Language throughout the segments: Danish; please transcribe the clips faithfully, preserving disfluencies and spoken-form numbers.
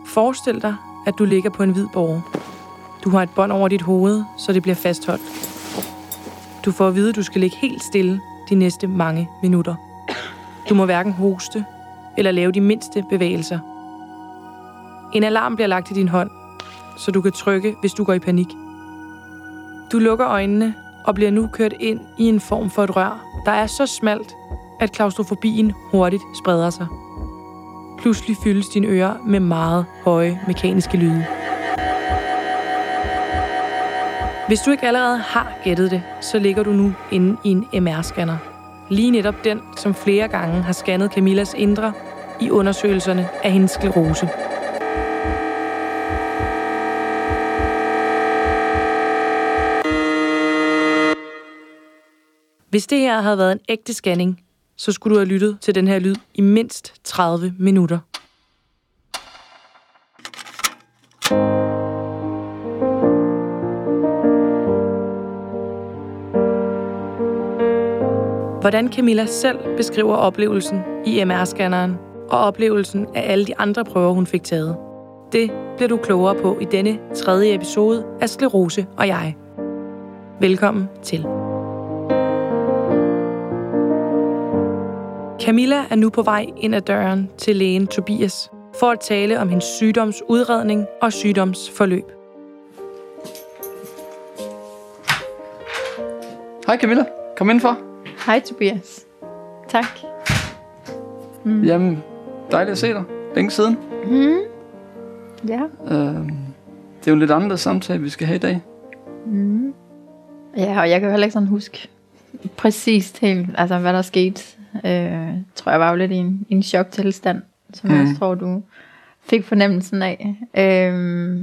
Forestil dig, at du ligger på en hvid båre. Du har et bånd over dit hoved, så det bliver fastholdt. Du får at vide, at du skal ligge helt stille de næste mange minutter. Du må hverken hoste eller lave de mindste bevægelser. En alarm bliver lagt i din hånd, så du kan trykke, hvis du går i panik. Du lukker øjnene og bliver nu kørt ind i en form for et rør, der er så smalt, at klaustrofobien hurtigt spreder sig. Pludselig fyldes dine ører med meget høje mekaniske lyde. Hvis du ikke allerede har gættet det, så ligger du nu inde i en M R-scanner. Lige netop den, som flere gange har scannet Camillas indre i undersøgelserne af hendes sklerose. Hvis det her havde været en ægte scanning, så skulle du have lyttet til den her lyd i mindst tredive minutter. Hvordan Camilla selv beskriver oplevelsen i M R-scanneren og oplevelsen af alle de andre prøver, hun fik taget, det bliver du klogere på i denne tredje episode af Sklerose og jeg. Velkommen til. Camilla er nu på vej ind ad døren til lægen Tobias for at tale om hendes sygdomsudredning og sygdomsforløb. Hej Camilla, kom indenfor. Hej Tobias. Tak. Mm. Jamen, dejligt at se dig. Længe siden. Mm. Ja. Øh, det er jo en lidt anderledes samtale, vi skal have i dag. Mm. Ja, og jeg kan jo heller ikke sådan huske præcist helt, altså hvad der skete. Øh, tror jeg var jo lidt i en, i en choktilstand, som mm. jeg også tror, du fik fornemmelsen af. Øh,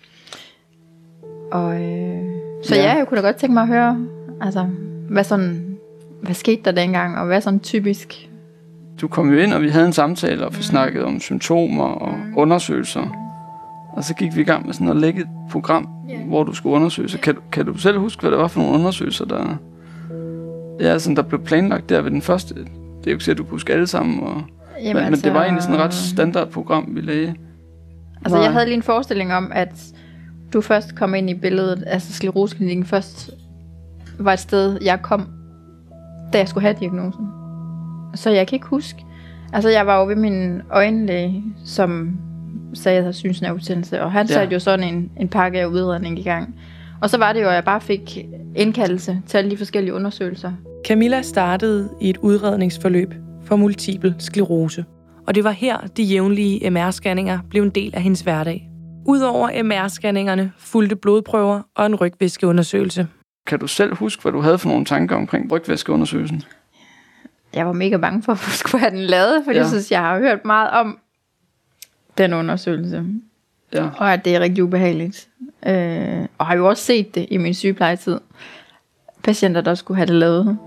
og øh, så ja. ja, jeg kunne da godt tænke mig at høre, altså, hvad sådan, hvad skete der dengang, og hvad sådan typisk? Du kom jo ind, og vi havde en samtale, og vi mm. snakkede om symptomer og mm. undersøgelser. Og så gik vi i gang med sådan at lægge et program, yeah. hvor du skulle undersøge. Så kan, kan du selv huske, hvad det var for nogle undersøgelser, der, ja, sådan, der blev planlagt der ved den første? Det er jo ikke sikkert, du kunne huske alle sammen. Og, Jamen, men, altså, men det var egentlig sådan et ret standard program, vi lagde. Altså, jeg havde lige en forestilling om, at du først kom ind i billedet, altså skleroseklinikken først var et sted, jeg kom, da jeg skulle have diagnosen. Så jeg kan ikke huske. Altså, jeg var jo ved min øjenlæge, som sagde, at jeg havde synsnervebetændelse, og han ja. satte jo sådan en, en pakke af udredning i gang. Og så var det jo, at jeg bare fik indkaldelse til alle de forskellige undersøgelser. Camilla startede i et udredningsforløb for multipel sklerose, og det var her, de jævnlige M R-scanninger blev en del af hendes hverdag. Udover M R-scanningerne fulgte blodprøver og en rygvæskeundersøgelse. Kan du selv huske, hvad du havde for nogle tanker omkring rygvæskeundersøgelsen? Jeg var mega bange for, at jeg skulle have den lavet, fordi ja. jeg synes, jeg har hørt meget om den undersøgelse. Ja. Og at det er rigtig ubehageligt. Øh, og har jo også set det i min sygeplejetid. Patienter, der skulle have det lavet.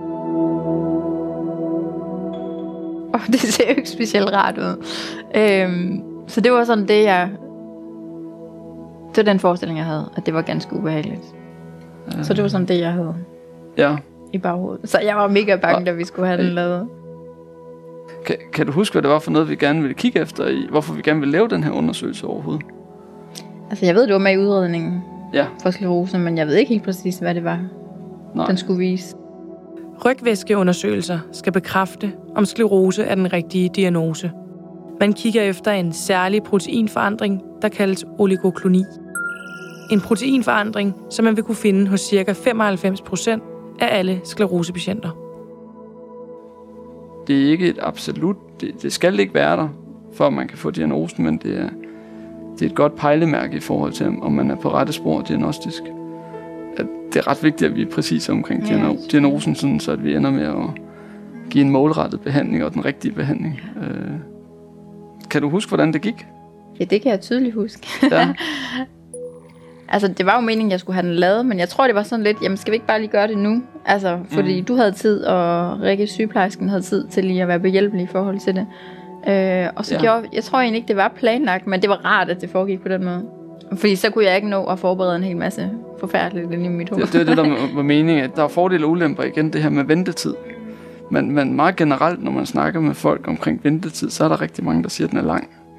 Og det ser jo ikke specielt rart ud. Øh, så det var sådan det, jeg... Det var den forestilling, jeg havde, at det var ganske ubehageligt. Øh. Så det var sådan det, jeg havde ja. i baghovedet. Så jeg var mega bange, da vi skulle have den lavet. Kan, kan du huske, hvad det var for noget, vi gerne ville kigge efter i? Hvorfor vi gerne ville lave den her undersøgelse overhovedet? Altså, jeg ved, det var med i udredningen ja. for sklerose, men jeg ved ikke helt præcis, hvad det var, Nej. den skulle vise. Rygvæskeundersøgelser skal bekræfte, om sklerose er den rigtige diagnose. Man kigger efter en særlig proteinforandring, der kaldes oligokloni. En proteinforandring, som man vil kunne finde hos ca. femoghalvfems procent af alle sklerosepatienter. Det er ikke et absolut, det, det skal ikke være der, for at man kan få diagnosen, men det er, det er et godt pejlemærke i forhold til, om man er på rette spor diagnostisk. At det er ret vigtigt, at vi er præcise omkring ja. diagnosen, sådan, så at vi ender med at give en målrettet behandling og den rigtige behandling. Øh, kan du huske, hvordan det gik? Ja, det kan jeg tydeligt huske. Ja. Altså, det var jo meningen, at jeg skulle have den lavet, men jeg tror, det var sådan lidt, jamen, skal vi ikke bare lige gøre det nu? Altså, fordi mm. du havde tid, og Rikke, sygeplejersken, havde tid til lige at være behjælpelig i forhold til det. Øh, og så ja. gjorde, jeg tror egentlig ikke, det var planlagt, men det var rart, at det foregik på den måde. Fordi så kunne jeg ikke nå at forberede en hel masse forfærdeligt ind i mit hoved. Det, det er det, der var meningen, at der er fordele og ulemper igen, det her med ventetid. Men, men meget generelt, når man snakker med folk omkring ventetid, så er der rigtig mange, der siger, at den er lang.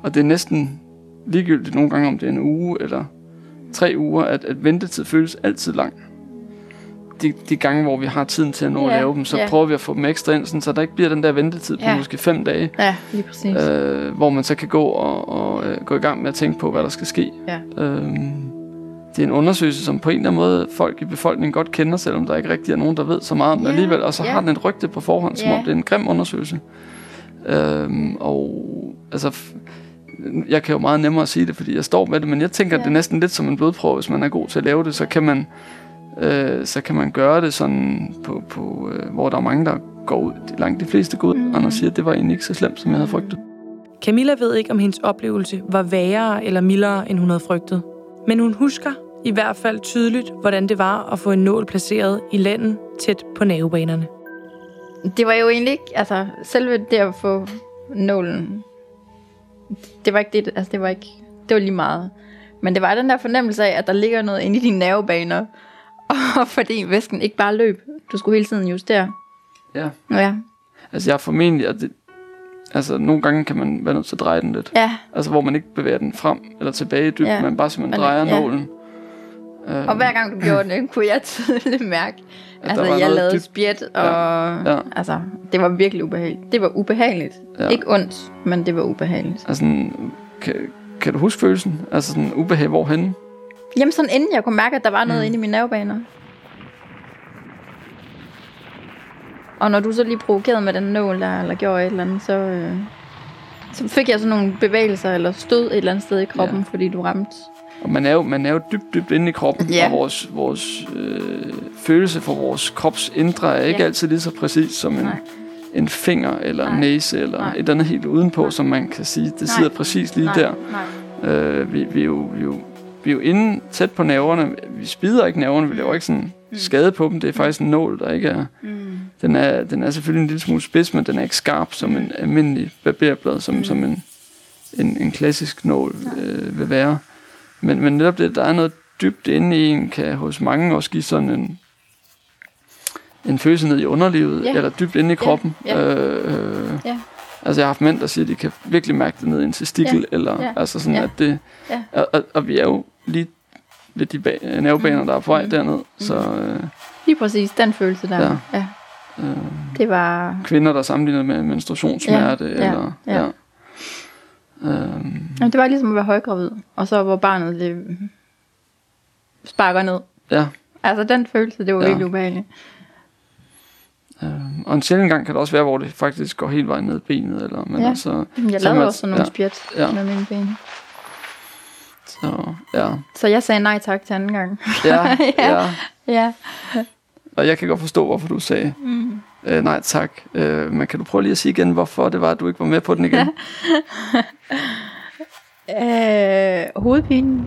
Og det er næsten ligegyldigt nogle gange, om det er en uge eller tre uger, at, at ventetid føles altid lang. De, de gange, hvor vi har tiden til at nå yeah, at lave dem, så yeah. prøver vi at få dem ekstra ind, sådan, så der ikke bliver den der ventetid på yeah. måske fem dage. Ja, lige præcis. Øh, hvor man så kan gå og, og øh, gå i gang med at tænke på, hvad der skal ske. Ja. Øhm, det er en undersøgelse, som på en eller anden måde folk i befolkningen godt kender, selvom der ikke rigtig er nogen, der ved så meget om det yeah. alligevel. Og så yeah. har den et rygte på forhånd, som yeah. om det er en grim undersøgelse. Øhm, og altså... Jeg kan jo meget nemmere sige det, fordi jeg står med det, men jeg tænker, yeah. det er næsten lidt som en blodprøve. Hvis man er god til at lave det, så kan man... Øh, så kan man gøre det sådan på, på øh, hvor der er mange, der går ud. Langt de fleste går ud, mm. og siger, at det var egentlig ikke så slemt, som jeg havde frygtet. Camilla ved ikke, om hendes oplevelse var værre eller mildere, end hun havde frygtet. Men hun husker i hvert fald tydeligt, hvordan det var at få en nål placeret i lænden tæt på nervebanerne. Det var jo egentlig ikke, altså selve det at få nålen, det var ikke det, altså det var ikke, det var lige meget. Men det var den der fornemmelse af, at der ligger noget inde i dine nervebaner, og fordi væsken ikke bare løb. Du skulle hele tiden justere. Ja. Ja. Altså jeg er formentlig, at det, altså nogle gange kan man være nødt til at dreje den lidt. Ja. Altså hvor man ikke bevæger den frem eller tilbage i dybden, ja. Man bare simpelthen drejer ja. nålen. Og øhm. hver gang du gjorde det, kunne jeg tydeligt mærke, at altså jeg lavede dyb... spjæt, og ja. Ja. altså det var virkelig ubehageligt. Det var ubehageligt. Ja. Ikke ondt, men det var ubehageligt. Altså kan, kan du huske følelsen? Altså sådan ubehag hvorhenne? Jamen sådan inden jeg kunne mærke, at der var noget mm. inde i mine nervebaner. Og når du så lige provokerede med den nål der, eller gjorde et eller andet, så, øh, så fik jeg sådan nogle bevægelser, eller stød et eller andet sted i kroppen, ja. Fordi du ramte. Og man er jo, man er jo dybt, dybt inde i kroppen, ja. Og vores, vores øh, følelse for vores krops indre er ikke ja. Altid lige så præcis som en, en finger, eller en næse, eller Nej. Et andet helt udenpå, Nej. Som man kan sige, det sidder Nej. Præcis lige Nej. Der. Nej. Øh, vi, vi, er jo, vi, er jo, vi er jo inde tæt på nerverne. Vi spider ikke nerverne, vi laver ikke sådan mm. skade på dem. Det er faktisk en nål, der ikke er... Mm. Den er, den er selvfølgelig en lille smule spids, men den er ikke skarp som en almindelig barberblad, som, mm. som en, en, en klassisk nål øh, vil være. Men, men netop det, der er noget dybt inde i en, kan hos mange også give sådan en, en følelse ned i underlivet, yeah. eller dybt inde i kroppen. Yeah. Yeah. Øh, yeah. Altså jeg har haft mænd, der siger, at de kan virkelig mærke det ned i en testikel, yeah. eller yeah. altså sådan, yeah. at det... Yeah. Og, og, og vi er jo lige ved de ba- nervebaner, mm. der er på vej mm. derned, mm. så... Øh, lige præcis, den følelse der. Ja. Ja. Øh, det var... Kvinder, der sammenligner med menstruationssmerte, yeah. eller... Ja. Ja. Øhm. Jamen, det var ligesom at være højgravid, og så hvor barnet det sparker ned. Ja. Altså den følelse, det var ja. Virkelig ubehageligt. Øhm. Og en sjældent gang kan det også være, hvor det faktisk går helt vejen ned i benet. Eller, men ja. altså, jeg lavede også sådan nogle ja. Spjæt ja. Med mine ben. Så, ja. Så jeg sagde nej tak til anden gang. Ja, ja. ja. Og jeg kan godt forstå, hvorfor du sagde mm. øh, nej tak. Øh, men kan du prøve lige at sige igen, hvorfor det var, at du ikke var med på den igen? øh, hovedpinen.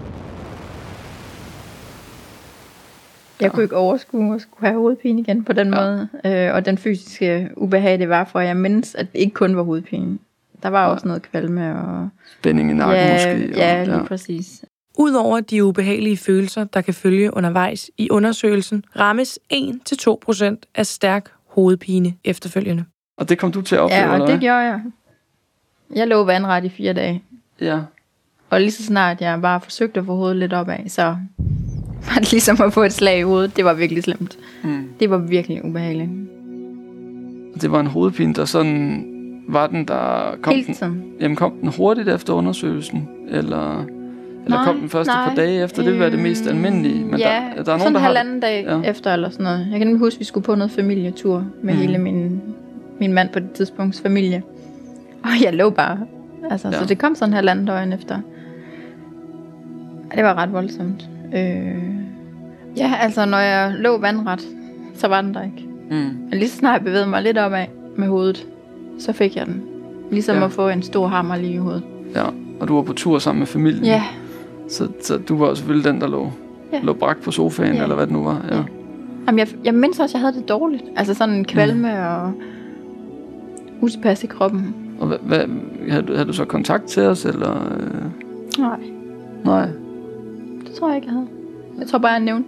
Jeg ja. Kunne ikke overskue at skulle have hovedpine igen på den ja. Måde. Øh, og den fysiske ubehag, det var for, at jeg mindes, at det ikke kun var hovedpine. Der var ja. Også noget kvalme og... spænding i nakken ja, måske. Og, ja, lige ja. Præcis. Udover de ubehagelige følelser, der kan følge undervejs i undersøgelsen, rammes en til to procent af stærk hovedpine efterfølgende. Og det kom du til at opleve, ja, og eller det gjorde jeg. Jeg lå vandret i fire dage. Ja. Og lige så snart jeg bare forsøgte at få hovedet lidt opad, så var det ligesom at få et slag i hovedet. Det var virkelig slemt. Mm. Det var virkelig ubehageligt. Det var en hovedpine, der sådan... Var den, der kom den, jamen kom den hurtigt efter undersøgelsen? Eller... Eller nej, kom den første nej. Par dage efter? Det vil være det mest almindelige. Men ja, der, der er nogen, sådan der halvanden dag ja. Efter eller sådan noget. Jeg kan nemlig huske, at vi skulle på noget familietur med mm. hele min, min mand på det tidspunkts familie. Og jeg lå bare. Altså, ja. Så det kom sådan halvanden døgn efter. Det var ret voldsomt. Øh, ja, altså når jeg lå vandret, så var den der ikke. Mm. Men lige så snart jeg bevægede mig lidt opad med hovedet, så fik jeg den. Ligesom ja. At få en stor hammer lige i hovedet. Ja, og du var på tur sammen med familien. Ja. Så, så du var selvfølgelig den, der lå, ja. Lå brak på sofaen, ja. Eller hvad det nu var. Ja. Ja. Jamen, jeg, jeg mindes også, at jeg havde det dårligt. Altså sådan en kvalme mm. og utilpas i kroppen. Og hvad, hvad, havde, du, havde du så kontakt til os, eller? Øh? Nej. Nej. Det tror jeg ikke, jeg havde. Jeg tror bare, jeg nævnte det.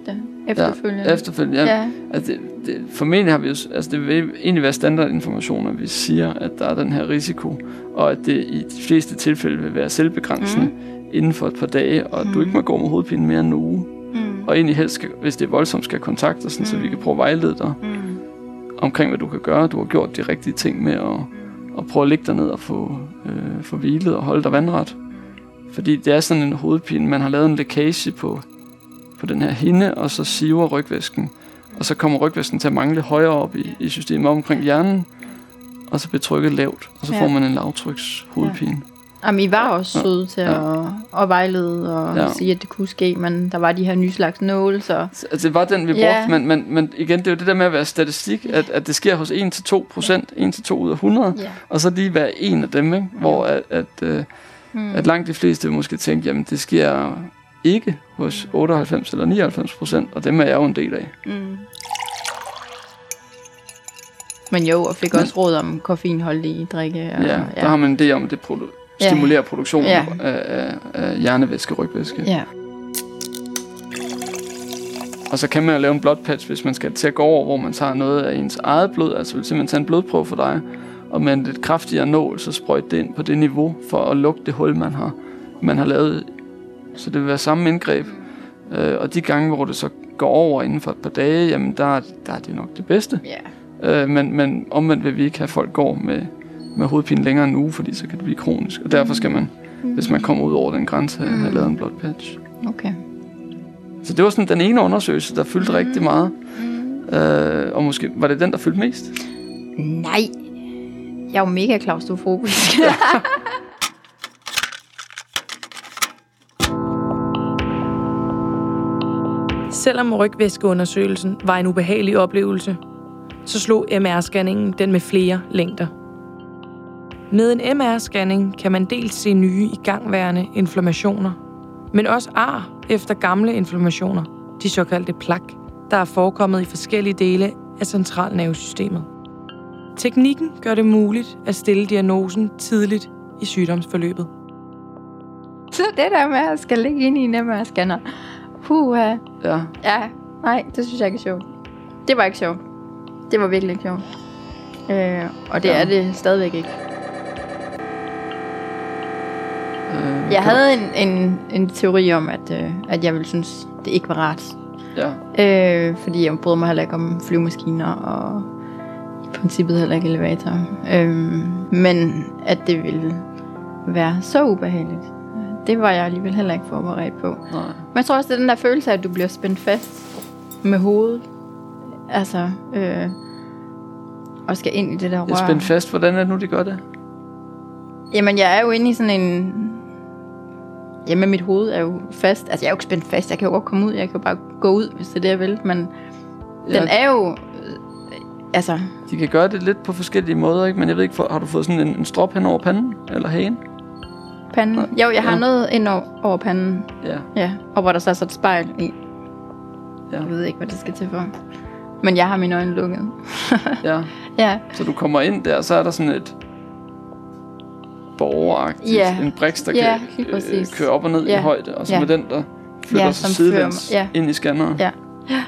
efterfølgende. Ja, efterfølgende, ja. Ja. Altså det, det, formentlig har vi jo, altså det vil egentlig være standardinformationer, vi siger, at der er den her risiko, og at det i de fleste tilfælde vil være selvbegrænsende mm. inden for et par dage, og at mm. du ikke må gå med hovedpine mere end en uge. Mm. Og egentlig helst, skal, hvis det er voldsomt, skal kontakte os, mm. så vi kan prøve at vejlede dig mm. omkring, hvad du kan gøre. Du har gjort de rigtige ting med at, at prøve at ligge dig ned og få, øh, få hvilet og holde dig vandret. Fordi det er sådan en hovedpine, man har lavet en lækage på, på den her hinde, og så siver rygvæsken. Og så kommer rygvæsken til at mangle højere op i, i systemet omkring hjernen, og så bliver trykket lavt, og så ja. får man en lavtryks hovedpine. Ja. Jamen, I var også søde til ja. at, at vejlede og ja. sige, at det kunne ske, men der var de her nye slags nåle, så... Altså, det var den, vi brugte, ja. men, men, men igen, det er jo det der med at være statistik, at, at det sker hos en til to procent, en til to ud af hundrede, ja. og så lige være en af dem, ikke? Hvor at, at, at, hmm. at langt de fleste måske tænke, jamen, det sker ikke hos otteoghalvfems eller nioghalvfems procent, og dem er jeg jo en del af. Mm. Men jo, og fik også råd om koffeinholdige drikke. Og, ja, der ja. har man en idé om, at det produ- stimulerer ja. produktionen ja. af, af, af hjernevæske og rygvæske. Ja. Og så kan man jo lave en blodpatch, hvis man skal til at gå over, hvor man tager noget af ens eget blod, altså vil simpelthen tage en blodprøve for dig, og med en lidt kraftigere nål, så sprøjte det ind på det niveau, for at lukke det hul, man har, man har lavet. Så det vil være samme indgreb. Øh, og de gange, hvor det så går over inden for et par dage, jamen der, der er det nok det bedste. Yeah. Øh, men, men omvendt vil vi ikke have, at folk går med, med hovedpine længere end en uge, fordi så kan det blive kronisk. Og derfor skal man, mm. hvis man kommer ud over den grænse, have, have lavet en blodpatch. Okay. Så det var sådan den ene undersøgelse, der fyldte mm. rigtig meget. Mm. Øh, og måske var det den, der fyldte mest? Nej. Jeg er jo mega klaustrofobisk. Selvom rygvæskeundersøgelsen var en ubehagelig oplevelse, så slog M R-scanningen den med flere længder. Med en M R-scanning kan man dels se nye igangværende inflammationer, men også ar efter gamle inflammationer, de såkaldte plak, der er forekommet i forskellige dele af centralnervesystemet. Teknikken gør det muligt at stille diagnosen tidligt i sygdomsforløbet. Så det der med at skal ligge ind i en M R-scanner, puha. Ja. Ja, nej, det synes jeg ikke er sjovt. Det var ikke sjovt. Det var virkelig ikke sjovt. Øh, og det ja. er det stadigvæk ikke. Øh, jeg havde en, en, en teori om, at, øh, at jeg ville synes, det ikke var rart. Ja. Øh, fordi jeg bryder mig heller ikke om flyvemaskiner, og i princippet heller ikke elevator. Øh, men at det ville være så ubehageligt, det var jeg alligevel heller ikke forberedt på. Nej. Men jeg tror også, det er den der følelse af, at du bliver spændt fast med hovedet. Altså, øh, og skal ind i det der rør. Jeg er spændt fast. Hvordan er det nu, de gør det? Jamen, jeg er jo inde i sådan en... Jamen, mit hoved er jo fast. Altså, jeg er jo ikke spændt fast. Jeg kan jo godt komme ud. Jeg kan jo bare gå ud, hvis det er det, jeg vil. Men ja. Den er jo... Øh, altså... De kan gøre det lidt på forskellige måder, ikke? Men jeg ved ikke, for, har du fået sådan en, en strop hen over panden? Eller hagen? Panden? Nej. Jo, jeg har ja. noget ind over, over panden. Ja. Ja. Og hvor der så er så et spejl i. Ja. Jeg ved ikke, hvad det skal til for. Men jeg har mine øjne lukket. Ja. Ja. Så du kommer ind der, så er der sådan et borgeragtigt, ja. En briks, der ja, kan øh, køre op og ned ja. i højde, og så ja. med den, der flytter ja, sig sidelæns ja. ind i scanneren. Ja. Ja.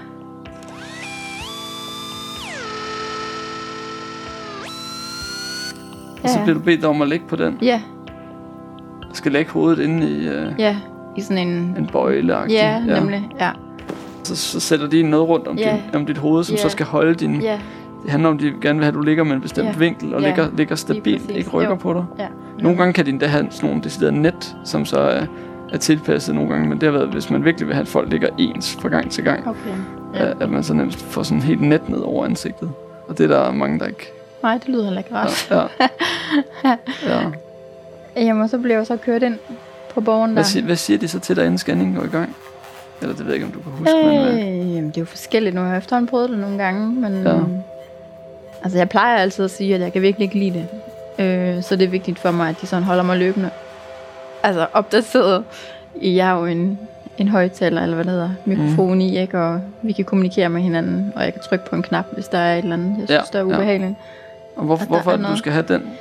Og så bliver du bedt om at lægge på den. Ja. Du skal lægge hovedet inde i, øh, ja, i sådan en, en bøjle-agtig. Ja, ja, nemlig, ja. Så, så sætter de noget rundt om, yeah. din, om dit hoved, som yeah. så skal holde din... Yeah. Det handler om, at de gerne vil have, at du ligger med en bestemt yeah. vinkel, og yeah. ligger, ligger stabilt, ikke rykker jo. på dig. Yeah. Nogle gange kan de endda have sådan nogle deciderede net, som så er, er tilpasset nogle gange, men det har været, hvis man virkelig vil have, at folk ligger ens fra gang til gang, okay. yeah. at man så nærmest får sådan helt net ned over ansigtet. Og det er der mange, der ikke... Nej, det lyder heller ikke rart. Ja. ja. ja. Jamen, så bliver jeg så kørt ind på borgen der. Hvad siger, hvad siger de så til dig, inden scanningen går i gang? Eller det ved jeg ikke, om du kan huske. Øh, men, hvad? Jamen, det er jo forskelligt. Nu har jeg efterhånden prøvet det nogle gange. Men, ja. Altså, jeg plejer altid at sige, at jeg kan virkelig ikke lide det. Øh, så det er vigtigt for mig, at de sådan holder mig løbende. Altså, opdateret. Jeg er jo en, en højtaler, eller hvad det hedder, mikrofon mm. i, ikke? Og vi kan kommunikere med hinanden, og jeg kan trykke på en knap, hvis der er et eller andet, jeg synes, ja, der er ubehageligt. Ja. Og hvor, hvorfor er det, du skal have den?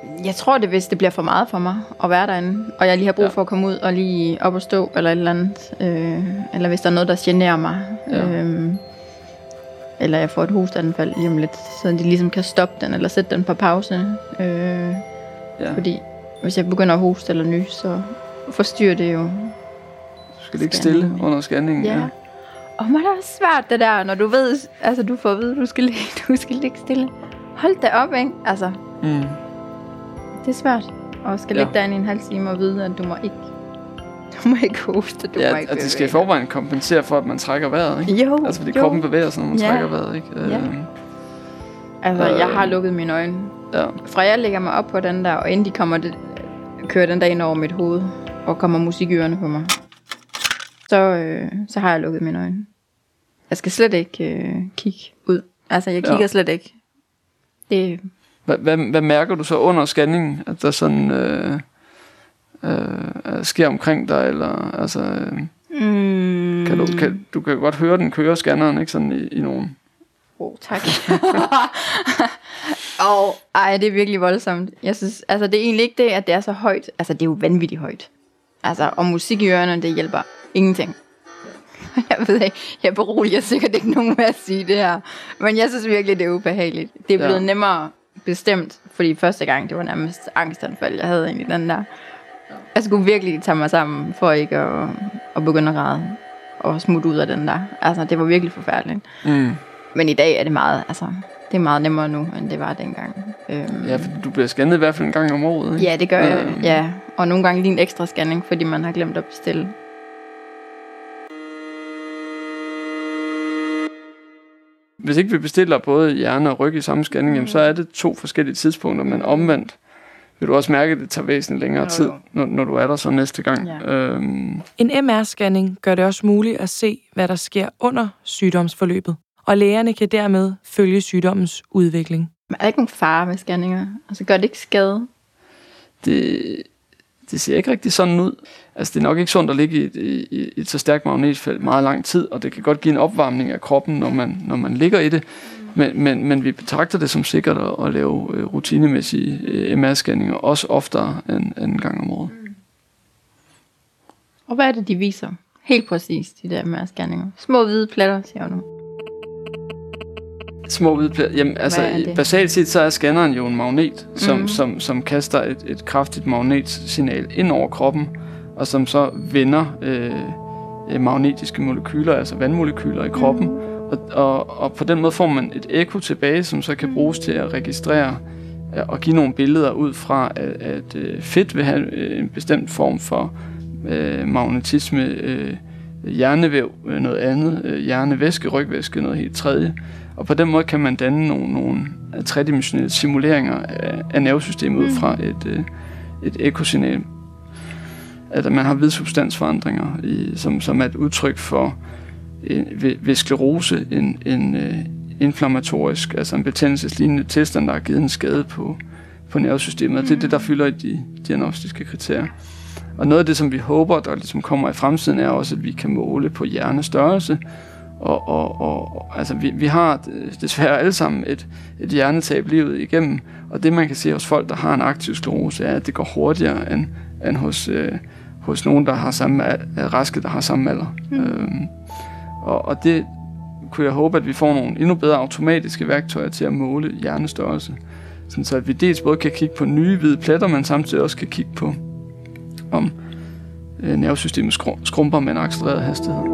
Jeg tror det, hvis det bliver for meget for mig at være derinde, og jeg lige har brug ja. for at komme ud og lige op og stå, eller et eller andet. Øh, eller hvis der er noget, der generer mig. Ja. Øh, eller jeg får et hosteanfald lige om lidt, så de ligesom kan stoppe den, eller sætte den på pause. Øh, ja. Fordi hvis jeg begynder at hoste eller nys, så forstyrrer det jo. Du skal ligge stille under scanningen. Ja. ja. Og man er også svært det der, når du ved, altså du får at vide, du skal ligge, du skal ligge stille. Hold da op, ikke? Altså, mm. det er svært. Og skal ja. ligge derinde i en halv time og vide, at du må ikke, du må ikke hoste, du ja, må ikke og det skal i forvejen kompensere for, at man trækker vejret, ikke? Jo, altså, fordi jo. kroppen bevæger sig, når man ja. trækker vejret, ikke? Ja. Øh, altså, øh, jeg har lukket mine øjne. Ja. Fra jeg lægger mig op på den der, og inden de kommer, det, kører den der ind over mit hoved, og kommer musik i ørerne på mig, så, øh, så har jeg lukket mine øjne. Jeg skal slet ikke øh, kigge ud. Altså, jeg kigger ja. slet ikke. Det... Hvad, hvad, hvad mærker du så under scanningen, at der sådan øh, øh, sker omkring dig, eller altså, øh, mm. kan du, kan, du kan godt høre den køre scanneren, ikke sådan i, i nogen? Åh, oh, tak. Og ej, det er virkelig voldsomt. Jeg synes, altså det er egentlig ikke det, at det er så højt. Altså, det er jo vanvittigt højt. Altså, og musik i ørerne, det hjælper ingenting. Jeg ved ikke, jeg beroliger sikkert ikke nogen med at sige det her. Men jeg synes virkelig, det er ubehageligt. Det er blevet ja. nemmere bestemt, fordi første gang, det var nærmest angstanfald, jeg havde egentlig den der. Jeg skulle virkelig tage mig sammen, for ikke at, at begynde at græde og smutte ud af den der. Altså, det var virkelig forfærdeligt. Mm. Men i dag er det meget, altså, det er meget nemmere nu, end det var dengang. Øhm. Ja, for du bliver scannet i hvert fald en gang om året, ikke? Ja, det gør jeg, øhm. ja. Og nogle gange lige en ekstra scanning, fordi man har glemt at bestille. Hvis ikke vi bestiller både hjerne og ryg i samme scanning, jamen, så er det to forskellige tidspunkter, men omvendt vil du også mærke, at det tager væsentligt længere tid, når, når du er der så næste gang. Ja. Øhm. En M R-scanning gør det også muligt at se, hvad der sker under sygdomsforløbet, og lægerne kan dermed følge sygdommens udvikling. Men er der ikke nogen fare med scanninger? Altså gør det ikke skade? Det, det ser ikke rigtig sådan ud. Altså det er nok ikke sundt at ligge i et, i, i et så stærkt magnetfelt meget lang tid, og det kan godt give en opvarmning af kroppen, når man, når man ligger i det. Men, men, men vi betragter det som sikkert at, at lave rutinemæssige M R-scanninger, også oftere end, end en gang om året. Og hvad er det, de viser? Helt præcis, de der M R-scanninger. Små hvide pletter, siger jeg nu. Små hvide pletter? Jamen, altså, basalt set så er scanneren jo en magnet, som, mm. som, som kaster et, et kraftigt magnetsignal ind over kroppen, og som så vender øh, magnetiske molekyler, altså vandmolekyler i kroppen. Mm. Og, og, og på den måde får man et ekko tilbage, som så kan bruges til at registrere og give nogle billeder ud fra, at, at fedt vil have en bestemt form for øh, magnetisme, øh, hjernevæv, noget andet, øh, hjernevæske, rygvæske, noget helt tredje. Og på den måde kan man danne nogle, nogle tredimensionelle simuleringer af, af nervesystemet ud fra et, øh, et ekkosignal. At man har hvide substansforandringer, i, som, som er et udtryk for ved, ved sklerose, en, en øh, inflammatorisk, altså en betændelseslignende tilstand, der har givet en skade på, på nervesystemet. Og det er det, der fylder i de diagnostiske kriterier. Og noget af det, som vi håber, der ligesom kommer i fremtiden, er også, at vi kan måle på hjernestørrelse. Og, og, og altså, vi, vi har desværre alle sammen et, et hjernetab livet igennem. Og det, man kan se hos folk, der har en aktiv sklerose, er, at det går hurtigere end, end hos, øh, hos nogen, der har samme, raske, der har samme alder. Mm. Øhm, Og, og det kunne jeg håbe, at vi får nogle endnu bedre automatiske værktøjer til at måle hjernestørrelse. Sådan så at vi dels både kan kigge på nye hvide pletter, men samtidig også kan kigge på, om øh, nervesystemet skrum- skrumper med en accelereret hastighed.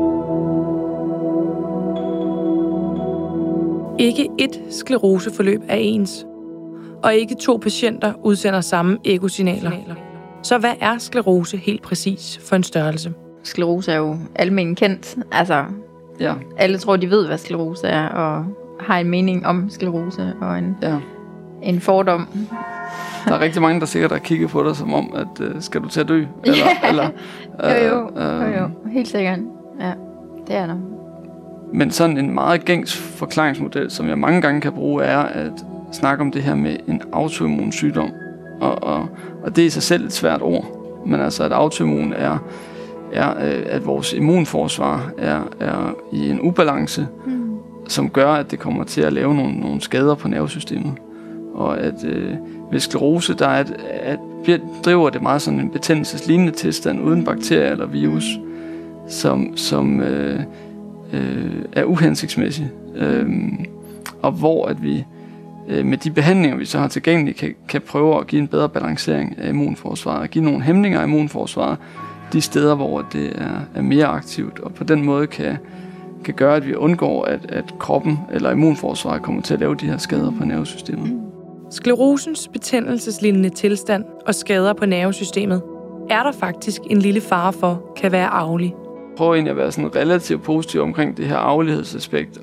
Ikke ét skleroseforløb er ens, og ikke to patienter udsender samme ekosignaler. Så hvad er sklerose helt præcis for en størrelse? Sklerose er jo almen kendt. Altså, ja. Alle tror, de ved, hvad sklerose er, og har en mening om sklerose, og en, ja. en fordom. Der er rigtig mange, der sikkert har kigget på dig, som om, at uh, skal du til at dø? Eller, ja. eller, uh, jo, jo, uh, jo, jo, helt sikkert. Ja, det er der. Men sådan en meget gængs forklaringsmodel, som jeg mange gange kan bruge, er at snakke om det her med en autoimmun sygdom. Og, og, og det er i sig selv et svært ord. Men altså, at autoimmun er er, at vores immunforsvar er, er i en ubalance, mm. som gør, at det kommer til at lave nogle, nogle skader på nervesystemet. Og at øh, ved sklerose, der er, at, at driver det meget sådan en betændelseslignende tilstand uden bakterier eller virus, som, som øh, øh, er uhensigtsmæssig. Øh, og hvor at vi øh, med de behandlinger, vi så har tilgængelige, kan, kan prøve at give en bedre balancering af immunforsvaret, og give nogle hæmninger af immunforsvaret de steder, hvor det er, er mere aktivt, og på den måde kan, kan gøre, at vi undgår, at, at kroppen eller immunforsvaret kommer til at lave de her skader på nervesystemet. Sklerosens betændelseslignende tilstand og skader på nervesystemet er der faktisk en lille fare for, kan være arvelig. Prøv egentlig at være sådan relativt positiv omkring det her arvelighedsaspekt.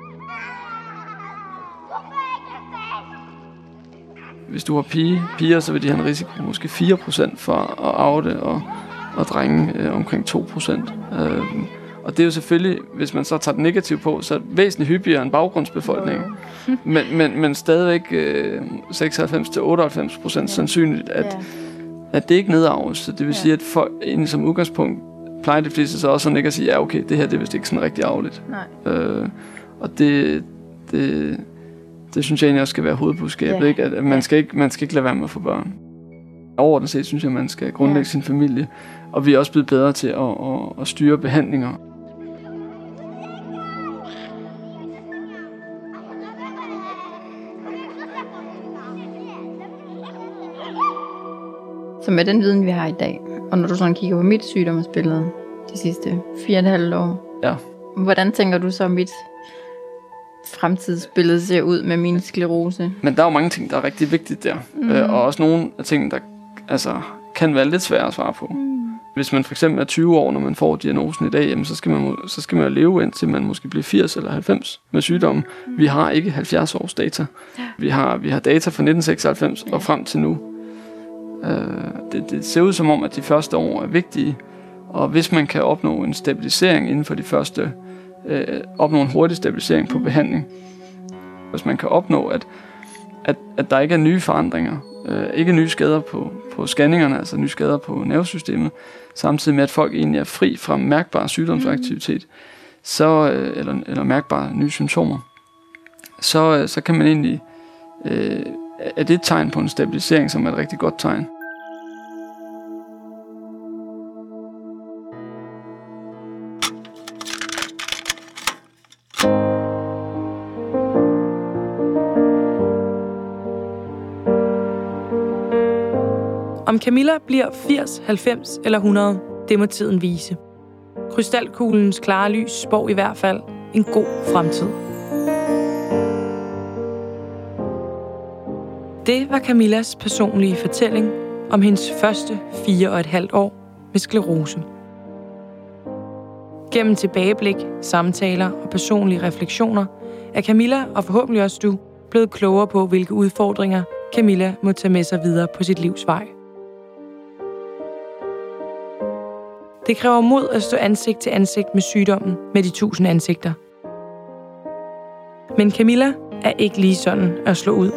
Hvis du har pige, piger, så vil de have en risiko måske fire procent for at arve det, og, og drenge øh, omkring to procent. Øh, og det er jo selvfølgelig, hvis man så tager det negativt på, så er det væsentligt hyppigere end baggrundsbefolkningen. Men, men, men stadigvæk øh, seksoghalvfems til otteoghalvfems procent sandsynligt, at, at det ikke nedarves. Så det vil sige, at for, egentlig som udgangspunkt plejer de fleste så også sådan ikke at sige, ja okay, det her det er vist ikke sådan rigtig arveligt. Øh, og det, det, det synes jeg egentlig også skal være hovedbudskabet, yeah. ikke? At man skal ikke, man skal ikke lade være med at få børn. Overordnet set synes jeg, at man skal grundlægge yeah. sin familie, og vi er også blevet bedre til at, at, at styre behandlinger. Så med den viden, vi har i dag, og når du sådan kigger på mit sygdomsbillede de sidste fire og et halvt år, ja. Hvordan tænker du så, mit fremtidsbillede ser ud med min sklerose? Men der er jo mange ting, der er rigtig vigtigt der, mm. øh, og også nogle af tingene, der altså, kan være lidt svære at svare på. Mm. Hvis man for eksempel er tyve år, når man får diagnosen i dag, jamen, så skal man så skal man jo leve indtil man måske bliver firs eller halvfems med sygdommen. Mm. Vi har ikke halvfjerds års data. Vi har, vi har data fra nitten seksoghalvfems ja. Og frem til nu. Det, det ser ud som om, at de første år er vigtige, og hvis man kan opnå en stabilisering inden for de første, øh, opnå en hurtig stabilisering på behandling, hvis man kan opnå, at, at, at der ikke er nye forandringer, øh, ikke nye skader på, på scanningerne, altså nye skader på nervesystemet, samtidig med, at folk egentlig er fri fra mærkbar sygdomsaktivitet, så, øh, eller, eller mærkbare nye symptomer, så, øh, så kan man egentlig øh, er det et tegn på en stabilisering, som er et rigtig godt tegn. Om Camilla bliver firs, halvfems eller hundrede, det må tiden vise. Krystalkuglens klare lys spår i hvert fald en god fremtid. Det var Camillas personlige fortælling om hendes første fire og et halvt år med sklerose. Gennem tilbageblik, samtaler og personlige refleksioner er Camilla, og forhåbentlig også du, blevet klogere på, hvilke udfordringer Camilla må tage med sig videre på sit livs vej. Det kræver mod at stå ansigt til ansigt med sygdommen med de tusind ansigter. Men Camilla er ikke lige sådan at slå ud.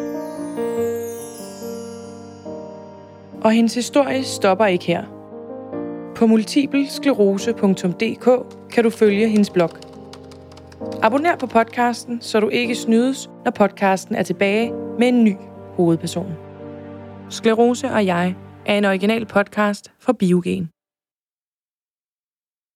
Og hendes historie stopper ikke her. På multipelsklerose punktum d k kan du følge hendes blog. Abonner på podcasten, så du ikke snydes, når podcasten er tilbage med en ny hovedperson. Sklerose og jeg er en original podcast fra Biogen.